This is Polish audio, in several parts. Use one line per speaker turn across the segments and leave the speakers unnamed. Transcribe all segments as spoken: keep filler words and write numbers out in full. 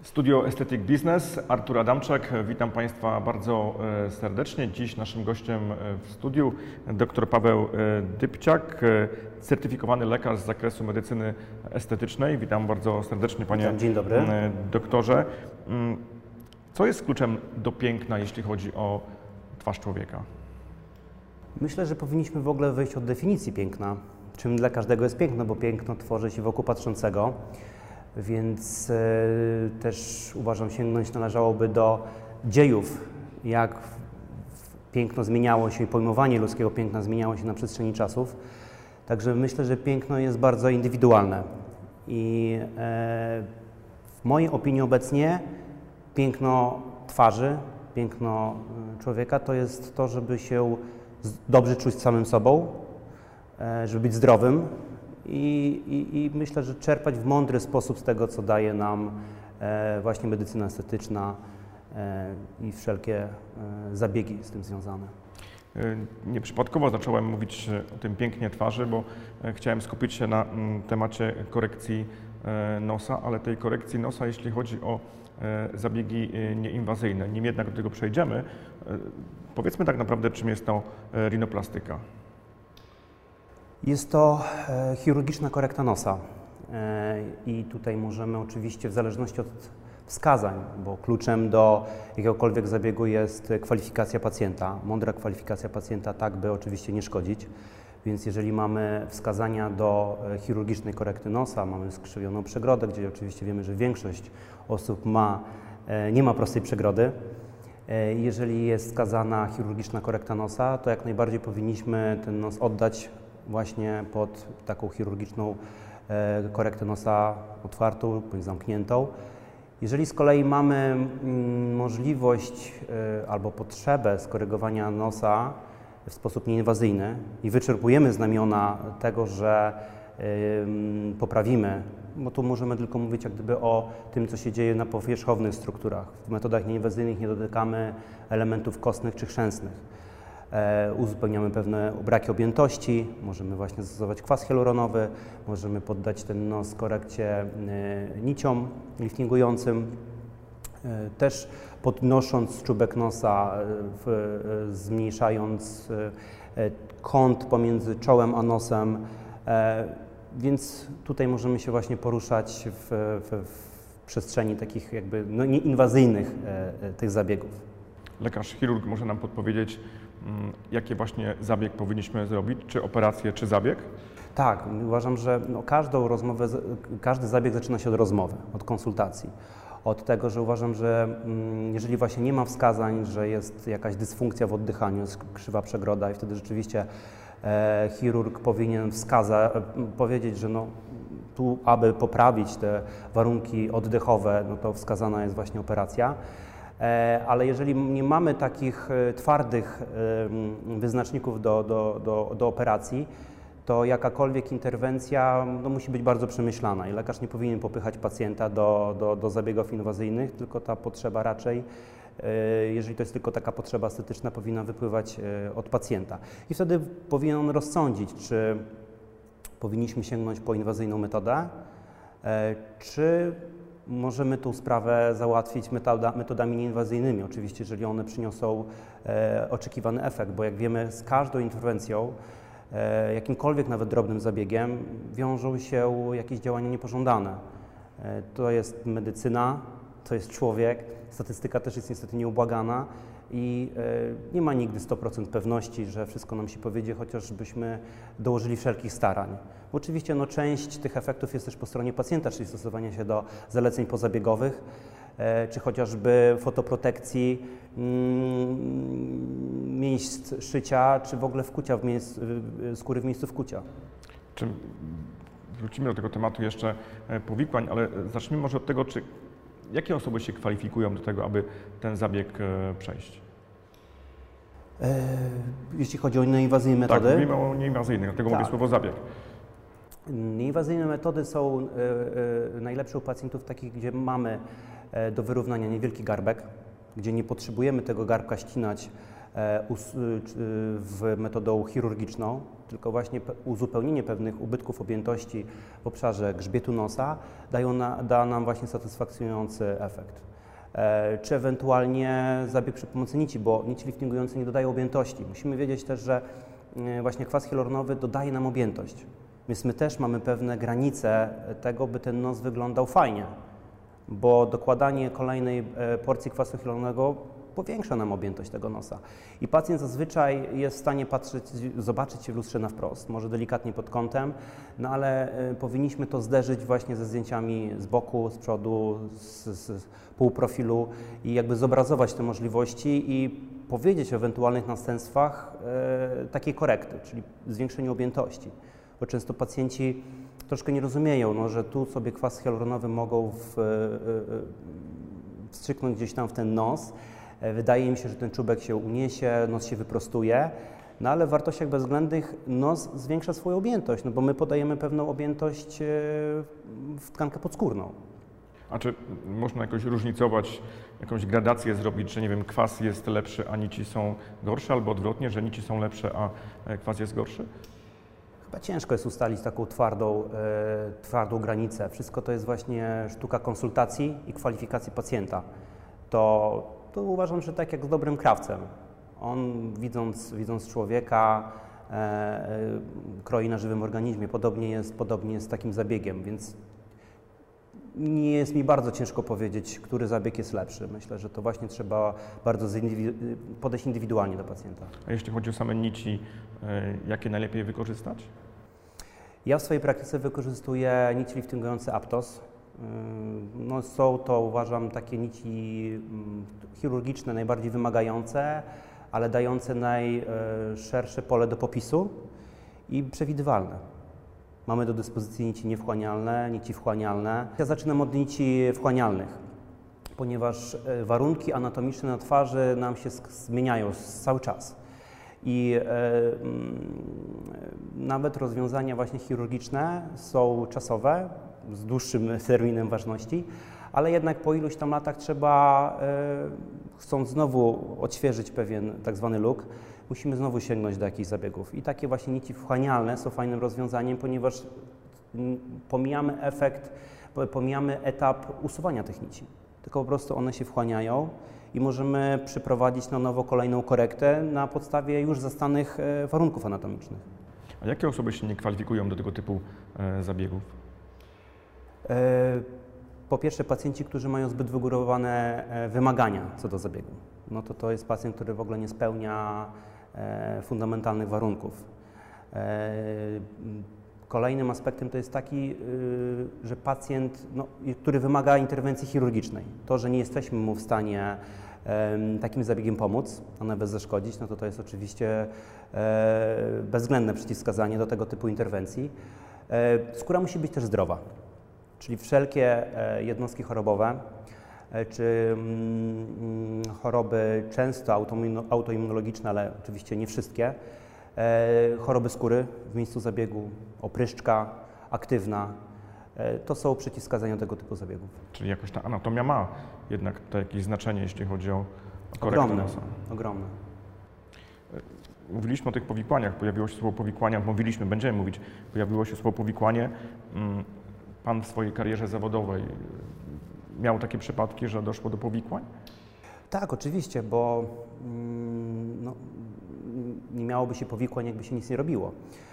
Studio Aesthetic Business, Artur Adamczak. Witam Państwa bardzo serdecznie. Dziś naszym gościem w studiu dr Paweł Dybciak, certyfikowany lekarz z zakresu medycyny estetycznej. Witam bardzo serdecznie, panie
Witam, dzień dobry.
doktorze. Co jest kluczem do piękna, jeśli chodzi o twarz człowieka?
Myślę, że powinniśmy w ogóle wyjść od definicji piękna. Czym dla każdego jest piękno, bo piękno tworzy się wokół patrzącego. Więc e, też uważam, sięgnąć należałoby do dziejów, jak piękno zmieniało się i pojmowanie ludzkiego piękna zmieniało się na przestrzeni czasów. Także myślę, że piękno jest bardzo indywidualne. I e, w mojej opinii obecnie piękno twarzy, piękno człowieka to jest to, żeby się dobrze czuć z samym sobą, e, żeby być zdrowym. I, i, I myślę, że czerpać w mądry sposób z tego, co daje nam e, właśnie medycyna estetyczna e, i wszelkie e, zabiegi z tym związane.
Nieprzypadkowo zacząłem mówić o tym pięknie twarzy, bo chciałem skupić się na m, temacie korekcji e, nosa, ale tej korekcji nosa, jeśli chodzi o e, zabiegi e, nieinwazyjne. Nim jednak do tego przejdziemy, e, powiedzmy tak naprawdę, czym jest to e, rinoplastyka.
Jest to e, chirurgiczna korekta nosa e, i tutaj możemy oczywiście w zależności od wskazań, bo kluczem do jakiegokolwiek zabiegu jest kwalifikacja pacjenta, mądra kwalifikacja pacjenta, tak by oczywiście nie szkodzić. Więc jeżeli mamy wskazania do chirurgicznej korekty nosa, mamy skrzywioną przegrodę, gdzie oczywiście wiemy, że większość osób ma, e, nie ma prostej przegrody. E, jeżeli jest wskazana chirurgiczna korekta nosa, to jak najbardziej powinniśmy ten nos oddać właśnie pod taką chirurgiczną e, korektę nosa otwartą bądź zamkniętą. Jeżeli z kolei mamy mm, możliwość e, albo potrzebę skorygowania nosa w sposób nieinwazyjny i wyczerpujemy znamiona tego, że e, poprawimy, bo tu możemy tylko mówić jak gdyby o tym, co się dzieje na powierzchownych strukturach. W metodach nieinwazyjnych nie dotykamy elementów kostnych czy chrzęsnych. E, uzupełniamy pewne braki objętości, możemy właśnie zastosować kwas hialuronowy, możemy poddać ten nos korekcie e, niciom liftingującym, e, też podnosząc czubek nosa, e, w, e, zmniejszając e, kąt pomiędzy czołem a nosem, e, więc tutaj możemy się właśnie poruszać w, w, w przestrzeni takich jakby no, nieinwazyjnych e, e, tych zabiegów.
Lekarz chirurg może nam podpowiedzieć, jakie właśnie zabieg powinniśmy zrobić, czy operację, czy zabieg?
Tak, uważam, że no, każdą rozmowę, każdy zabieg zaczyna się od rozmowy, od konsultacji. Od tego, że uważam, że mm, jeżeli właśnie nie ma wskazań, że jest jakaś dysfunkcja w oddychaniu, jest krzywa przegroda i wtedy rzeczywiście e, chirurg powinien wskazać, e, powiedzieć, że no, tu, aby poprawić te warunki oddechowe, no to wskazana jest właśnie operacja. Ale jeżeli nie mamy takich twardych wyznaczników do, do, do, do operacji, to jakakolwiek interwencja no, musi być bardzo przemyślana i lekarz nie powinien popychać pacjenta do, do, do zabiegów inwazyjnych, tylko ta potrzeba raczej, jeżeli to jest tylko taka potrzeba estetyczna, powinna wypływać od pacjenta. I wtedy powinien on rozsądzić, czy powinniśmy sięgnąć po inwazyjną metodę, czy możemy tą sprawę załatwić metoda, metodami nieinwazyjnymi, oczywiście, jeżeli one przyniosą e, oczekiwany efekt, bo jak wiemy, z każdą interwencją, e, jakimkolwiek nawet drobnym zabiegiem, wiążą się jakieś działania niepożądane. E, to jest medycyna, to jest człowiek, statystyka też jest niestety nieubłagana i e, nie ma nigdy sto procent pewności, że wszystko nam się powiedzie, chociażbyśmy dołożyli wszelkich starań. Oczywiście no, część tych efektów jest też po stronie pacjenta, czyli stosowania się do zaleceń pozabiegowych, e, czy chociażby fotoprotekcji mm, miejsc szycia, czy w ogóle wkucia w miejsc, skóry w miejscu wkucia.
Czy wrócimy do tego tematu jeszcze powikłań, ale zacznijmy może od tego, czy jakie osoby się kwalifikują do tego, aby ten zabieg e, przejść?
E, jeśli chodzi o nieinwazyjne metody?
Tak, mówimy o nieinwazyjnych, dlatego
tak.
mówię słowo zabieg.
Nieinwazyjne metody są e, e, najlepsze u pacjentów takich, gdzie mamy e, do wyrównania niewielki garbek, gdzie nie potrzebujemy tego garbka ścinać w metodą chirurgiczną, tylko właśnie uzupełnienie pewnych ubytków objętości w obszarze grzbietu nosa dają na, da nam właśnie satysfakcjonujący efekt. Czy ewentualnie zabieg przy pomocy nici, bo nici liftingujące nie dodają objętości. Musimy wiedzieć też, że właśnie kwas hialuronowy dodaje nam objętość. Więc my też mamy pewne granice tego, by ten nos wyglądał fajnie, bo dokładanie kolejnej porcji kwasu hialuronowego powiększa nam objętość tego nosa. I pacjent zazwyczaj jest w stanie patrzeć, zobaczyć się w lustrze na wprost, może delikatnie pod kątem, no ale powinniśmy to zderzyć właśnie ze zdjęciami z boku, z przodu, z, z półprofilu i jakby zobrazować te możliwości i powiedzieć o ewentualnych następstwach e, takiej korekty, czyli zwiększeniu objętości. Bo często pacjenci troszkę nie rozumieją, no, że tu sobie kwas hialuronowy mogą w, e, e, wstrzyknąć gdzieś tam w ten nos. Wydaje im się, że ten czubek się uniesie, nos się wyprostuje, no ale w wartościach bezwzględnych nos zwiększa swoją objętość, no bo my podajemy pewną objętość w tkankę podskórną.
A czy można jakoś różnicować, jakąś gradację zrobić, że nie wiem, kwas jest lepszy, a nici są gorsze, albo odwrotnie, że nici są lepsze, a kwas jest gorszy?
Chyba ciężko jest ustalić taką twardą, e, twardą granicę. Wszystko to jest właśnie sztuka konsultacji i kwalifikacji pacjenta. To To uważam, że tak jak z dobrym krawcem. On widząc, widząc człowieka e, e, kroi na żywym organizmie. Podobnie jest, podobnie jest z takim zabiegiem, więc nie jest mi bardzo ciężko powiedzieć, który zabieg jest lepszy. Myślę, że to właśnie trzeba bardzo podejść indywidualnie do pacjenta.
A jeśli chodzi o same nici, e, jakie najlepiej wykorzystać?
Ja w swojej praktyce wykorzystuję nici liftingujące Aptos. No, są to, uważam, takie nici chirurgiczne, najbardziej wymagające, ale dające najszersze pole do popisu i przewidywalne. Mamy do dyspozycji nici niewchłanialne, nici wchłanialne. Ja zaczynam od nici wchłanialnych, ponieważ warunki anatomiczne na twarzy nam się zmieniają cały czas. I e, nawet rozwiązania właśnie chirurgiczne są czasowe, z dłuższym terminem ważności, ale jednak po iluś tam latach trzeba, e, chcąc znowu odświeżyć pewien tak zwany look, musimy znowu sięgnąć do jakichś zabiegów. I takie właśnie nici wchłanialne są fajnym rozwiązaniem, ponieważ pomijamy efekt, pomijamy etap usuwania tych nici, tylko po prostu one się wchłaniają i możemy przeprowadzić na nowo kolejną korektę na podstawie już zastanych warunków anatomicznych.
A jakie osoby się nie kwalifikują do tego typu e, zabiegów?
E, po pierwsze pacjenci, którzy mają zbyt wygórowane wymagania co do zabiegu. No to to jest pacjent, który w ogóle nie spełnia e, fundamentalnych warunków. E, Kolejnym aspektem to jest taki, że pacjent, no, który wymaga interwencji chirurgicznej, to, że nie jesteśmy mu w stanie takim zabiegiem pomóc, a nawet zaszkodzić, no to to jest oczywiście bezwzględne przeciwwskazanie do tego typu interwencji. Skóra musi być też zdrowa, czyli wszelkie jednostki chorobowe, czy choroby często autoimmunologiczne, ale oczywiście nie wszystkie, choroby skóry w miejscu zabiegu, opryszczka aktywna, to są przeciwwskazania tego typu zabiegów.
Czyli jakoś ta anatomia ma jednak to jakieś znaczenie, jeśli chodzi o korektę
ogromne,
nosa.
Ogromne.
Mówiliśmy o tych powikłaniach, pojawiło się słowo powikłania, mówiliśmy, będziemy mówić, pojawiło się słowo powikłanie. Pan w swojej karierze zawodowej miał takie przypadki, że doszło do powikłań?
Tak, oczywiście, bo no, nie miałoby się powikłań, jakby się nic nie robiło.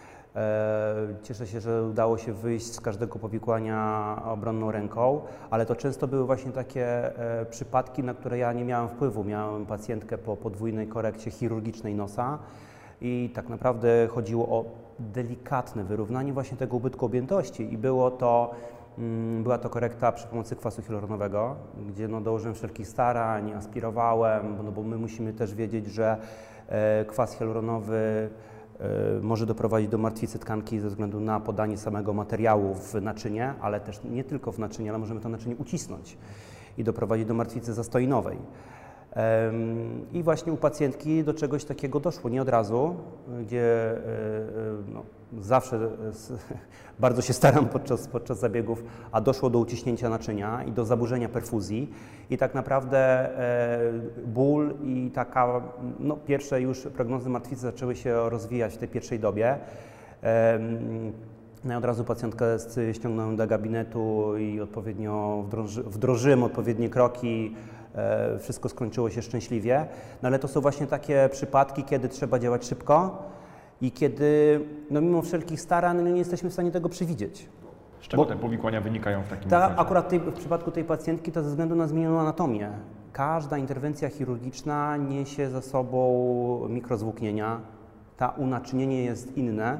Cieszę się, że udało się wyjść z każdego powikłania obronną ręką, ale to często były właśnie takie przypadki, na które ja nie miałem wpływu. Miałem pacjentkę po podwójnej korekcie chirurgicznej nosa i tak naprawdę chodziło o delikatne wyrównanie właśnie tego ubytku objętości i było to, była to korekta przy pomocy kwasu hialuronowego, gdzie no, dołożyłem wszelkich starań, aspirowałem, no bo my musimy też wiedzieć, że kwas hialuronowy może doprowadzić do martwicy tkanki ze względu na podanie samego materiału w naczynie, ale też nie tylko w naczynie, ale możemy to naczynie ucisnąć i doprowadzić do martwicy zastoinowej. I właśnie u pacjentki do czegoś takiego doszło, nie od razu, gdzie no, zawsze bardzo się staram podczas, podczas zabiegów, a doszło do uciśnięcia naczynia i do zaburzenia perfuzji i tak naprawdę ból i taka, no pierwsze już prognozy martwicy zaczęły się rozwijać w tej pierwszej dobie. No i od razu pacjentkę ściągnąłem do gabinetu i odpowiednio wdroży, wdrożyłem odpowiednie kroki. Wszystko skończyło się szczęśliwie, no ale to są właśnie takie przypadki, kiedy trzeba działać szybko i kiedy no mimo wszelkich starań no nie jesteśmy w stanie tego przewidzieć.
Z czego
Bo
te powikłania wynikają w takim
ta,
razie?
Akurat tej, w przypadku tej pacjentki to ze względu na zmienioną anatomię. Każda interwencja chirurgiczna niesie za sobą mikrozwłóknienia, ta unaczynienie jest inne.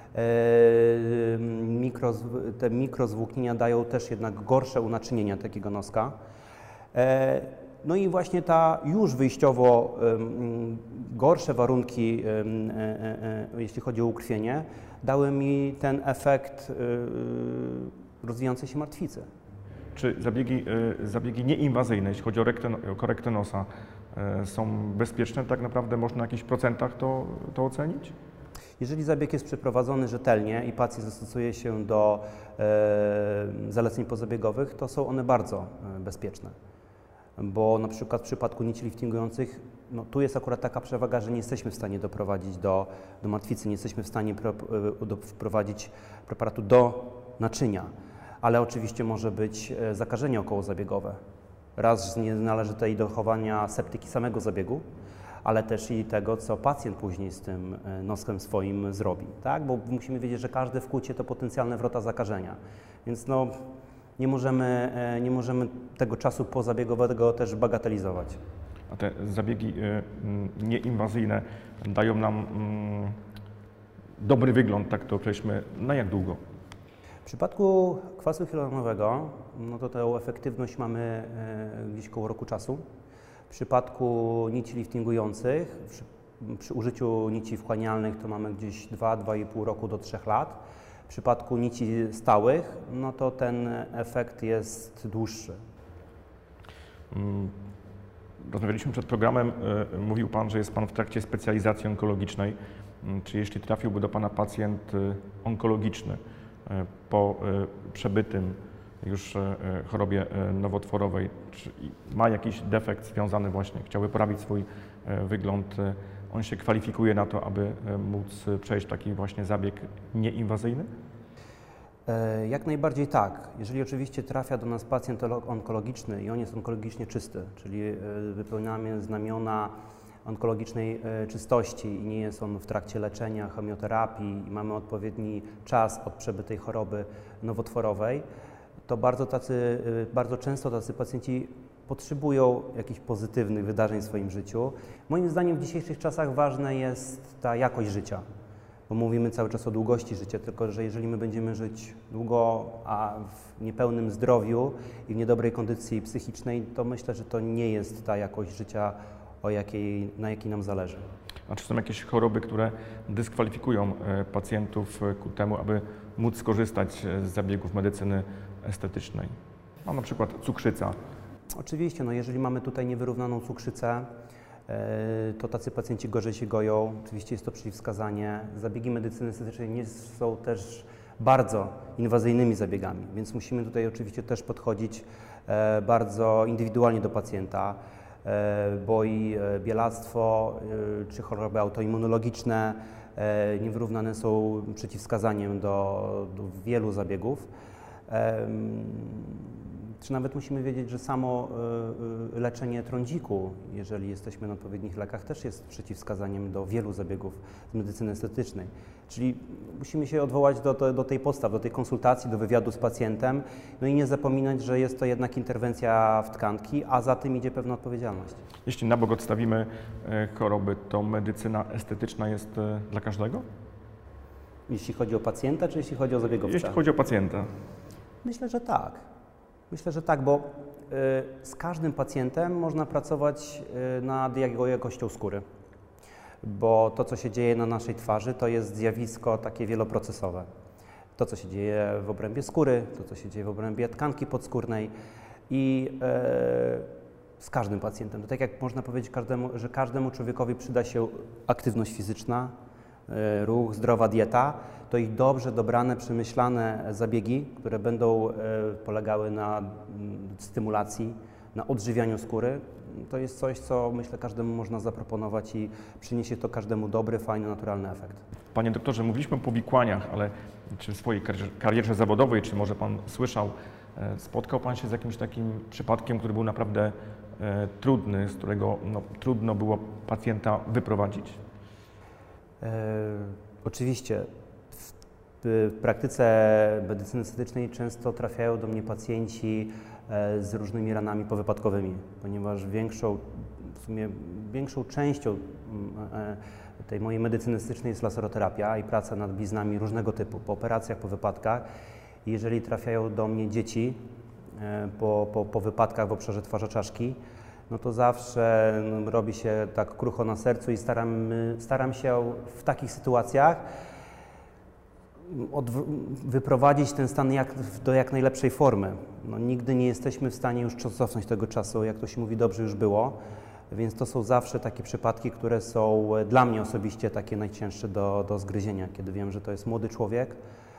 Mikro, te mikrozwłóknienia dają też jednak gorsze unaczynienia takiego noska. No i właśnie ta już wyjściowo gorsze warunki, jeśli chodzi o ukrwienie, dały mi ten efekt rozwijającej się martwicy.
Czy zabiegi, zabiegi nieinwazyjne, jeśli chodzi o, rekten, o korektę nosa, są bezpieczne? Tak naprawdę można w jakichś procentach to, to ocenić?
Jeżeli zabieg jest przeprowadzony rzetelnie i pacjent zastosuje się do e, zaleceń pozabiegowych, to są one bardzo e, bezpieczne. Bo na przykład w przypadku nici liftingujących, no tu jest akurat taka przewaga, że nie jesteśmy w stanie doprowadzić do, do martwicy, nie jesteśmy w stanie pro, do, wprowadzić preparatu do naczynia, ale oczywiście może być zakażenie okołozabiegowe. Raz z nienależytej dochowania septyki samego zabiegu, ale też i tego, co pacjent później z tym nosem swoim zrobi, tak? Bo musimy wiedzieć, że każde wkłucie to potencjalne wrota zakażenia, więc no, nie możemy, nie możemy tego czasu pozabiegowego też bagatelizować.
A te zabiegi nieinwazyjne dają nam dobry wygląd, tak to określmy, na jak długo?
W przypadku kwasu hialuronowego, no to tę efektywność mamy gdzieś koło roku czasu. W przypadku nici liftingujących, przy, przy użyciu nici wchłanialnych to mamy gdzieś dwa do dwóch i pół roku do trzech lat. W przypadku nici stałych, no to ten efekt jest dłuższy.
Rozmawialiśmy przed programem, mówił Pan, że jest Pan w trakcie specjalizacji onkologicznej. Czy jeśli trafiłby do Pana pacjent onkologiczny po przebytym już chorobie nowotworowej, czy ma jakiś defekt związany właśnie, chciałby poprawić swój wygląd, on się kwalifikuje na to, aby móc przejść taki właśnie zabieg nieinwazyjny?
Jak najbardziej tak. Jeżeli oczywiście trafia do nas pacjent onkologiczny i on jest onkologicznie czysty, czyli wypełniamy znamiona onkologicznej czystości i nie jest on w trakcie leczenia, chemioterapii i mamy odpowiedni czas od przebytej choroby nowotworowej, to bardzo, tacy, bardzo często tacy pacjenci potrzebują jakichś pozytywnych wydarzeń w swoim życiu. Moim zdaniem w dzisiejszych czasach ważna jest ta jakość życia, bo mówimy cały czas o długości życia, tylko że jeżeli my będziemy żyć długo, a w niepełnym zdrowiu i w niedobrej kondycji psychicznej, to myślę, że to nie jest ta jakość życia, o jakiej, na jakiej nam zależy.
A czy są jakieś choroby, które dyskwalifikują pacjentów ku temu, aby móc skorzystać z zabiegów medycyny estetycznej? No, na przykład cukrzyca.
Oczywiście, no jeżeli mamy tutaj niewyrównaną cukrzycę, to tacy pacjenci gorzej się goją. Oczywiście jest to przeciwwskazanie. Zabiegi medycyny estetycznej nie są też bardzo inwazyjnymi zabiegami, więc musimy tutaj oczywiście też podchodzić bardzo indywidualnie do pacjenta, bo i bielactwo czy choroby autoimmunologiczne niewyrównane są przeciwwskazaniem do, do wielu zabiegów. Czy nawet musimy wiedzieć, że samo leczenie trądziku, jeżeli jesteśmy na odpowiednich lekach, też jest przeciwwskazaniem do wielu zabiegów z medycyny estetycznej. Czyli musimy się odwołać do, do, do tej podstaw, do tej konsultacji, do wywiadu z pacjentem, no i nie zapominać, że jest to jednak interwencja w tkanki, a za tym idzie pewna odpowiedzialność.
Jeśli na bok odstawimy choroby, to medycyna estetyczna jest dla każdego?
Jeśli chodzi o pacjenta, czy jeśli chodzi o zabiegowca?
Jeśli chodzi o pacjenta.
Myślę, że tak. Myślę, że tak, bo y, z każdym pacjentem można pracować y, nad jego jakością skóry, bo to, co się dzieje na naszej twarzy, to jest zjawisko takie wieloprocesowe. To, co się dzieje w obrębie skóry, to, co się dzieje w obrębie tkanki podskórnej i z każdym pacjentem. To tak jak można powiedzieć, każdemu, że każdemu człowiekowi przyda się aktywność fizyczna, ruch, zdrowa dieta, to i dobrze dobrane, przemyślane zabiegi, które będą polegały na stymulacji, na odżywianiu skóry, to jest coś, co myślę każdemu można zaproponować i przyniesie to każdemu dobry, fajny, naturalny efekt.
Panie doktorze, mówiliśmy o powikłaniach, ale czy w swojej karierze zawodowej, czy może Pan słyszał, spotkał Pan się z jakimś takim przypadkiem, który był naprawdę e, trudny, z którego no, trudno było pacjenta wyprowadzić?
E, oczywiście. W, w praktyce medycyny estetycznej często trafiają do mnie pacjenci e, z różnymi ranami powypadkowymi, ponieważ większą, w sumie większą częścią e, tej mojej medycyny estetycznej jest laseroterapia i praca nad bliznami różnego typu, po operacjach, po wypadkach. Jeżeli trafiają do mnie dzieci e, po, po, po wypadkach w obszarze twarza czaszki, no to zawsze no, robi się tak krucho na sercu i staram, staram się w takich sytuacjach od, wyprowadzić ten stan jak, do jak najlepszej formy. No, nigdy nie jesteśmy w stanie już cofnąć tego czasu, jak to się mówi, dobrze już było, więc to są zawsze takie przypadki, które są dla mnie osobiście takie najcięższe do, do zgryzienia, kiedy wiem, że to jest młody człowiek.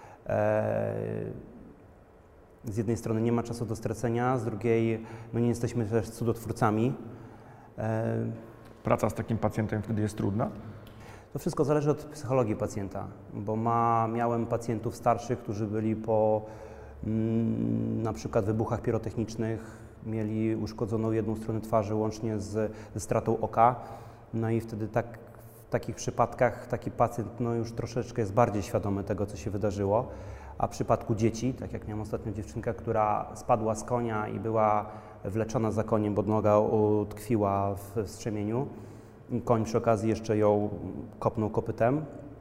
Z jednej strony nie ma czasu do stracenia, z drugiej no nie jesteśmy też cudotwórcami.
Praca z takim pacjentem wtedy jest trudna?
To wszystko zależy od psychologii pacjenta, bo ma, miałem pacjentów starszych, którzy byli po mm, na przykład wybuchach pirotechnicznych, mieli uszkodzoną jedną stronę twarzy łącznie z, ze stratą oka, no i wtedy tak, w takich przypadkach taki pacjent no już troszeczkę jest bardziej świadomy tego, co się wydarzyło. A w przypadku dzieci, tak jak miałem ostatnio dziewczynkę, która spadła z konia i była wleczona za koniem, bo noga utkwiła w strzemieniu. Koń przy okazji jeszcze ją kopnął kopytem.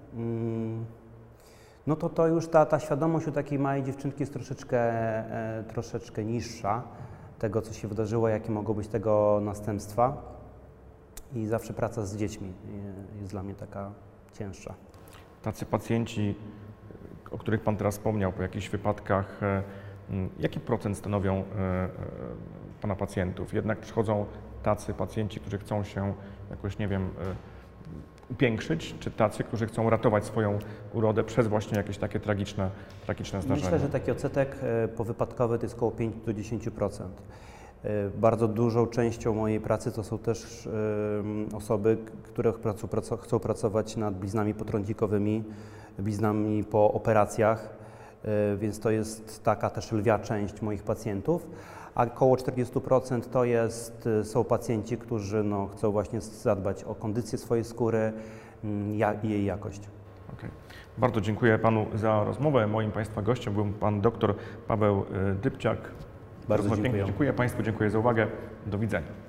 No to to już ta, ta świadomość u takiej małej dziewczynki jest troszeczkę, e, troszeczkę niższa tego, co się wydarzyło, jakie mogą być tego następstwa. I zawsze praca z dziećmi jest dla mnie taka cięższa.
Tacy pacjenci, o których Pan teraz wspomniał, po jakichś wypadkach, jaki procent stanowią Pana pacjentów? Jednak przychodzą tacy pacjenci, którzy chcą się jakoś, nie wiem, upiększyć, czy tacy, którzy chcą ratować swoją urodę przez właśnie jakieś takie tragiczne, tragiczne zdarzenia?
Myślę, że taki odsetek powypadkowy to jest około pięć do dziesięciu procent. Bardzo dużą częścią mojej pracy to są też osoby, które chcą pracować nad bliznami potrącikowymi, bliznami po operacjach, więc to jest taka też lwia część moich pacjentów, a około czterdzieści procent to jest, są pacjenci, którzy no, chcą właśnie zadbać o kondycję swojej skóry i jej jakość.
Okay. Bardzo dziękuję Panu za rozmowę. Moim Państwa gościem był Pan dr Paweł Dybciak.
Bardzo dziękuję.
Pięknie dziękuję Państwu, dziękuję za uwagę. Do widzenia.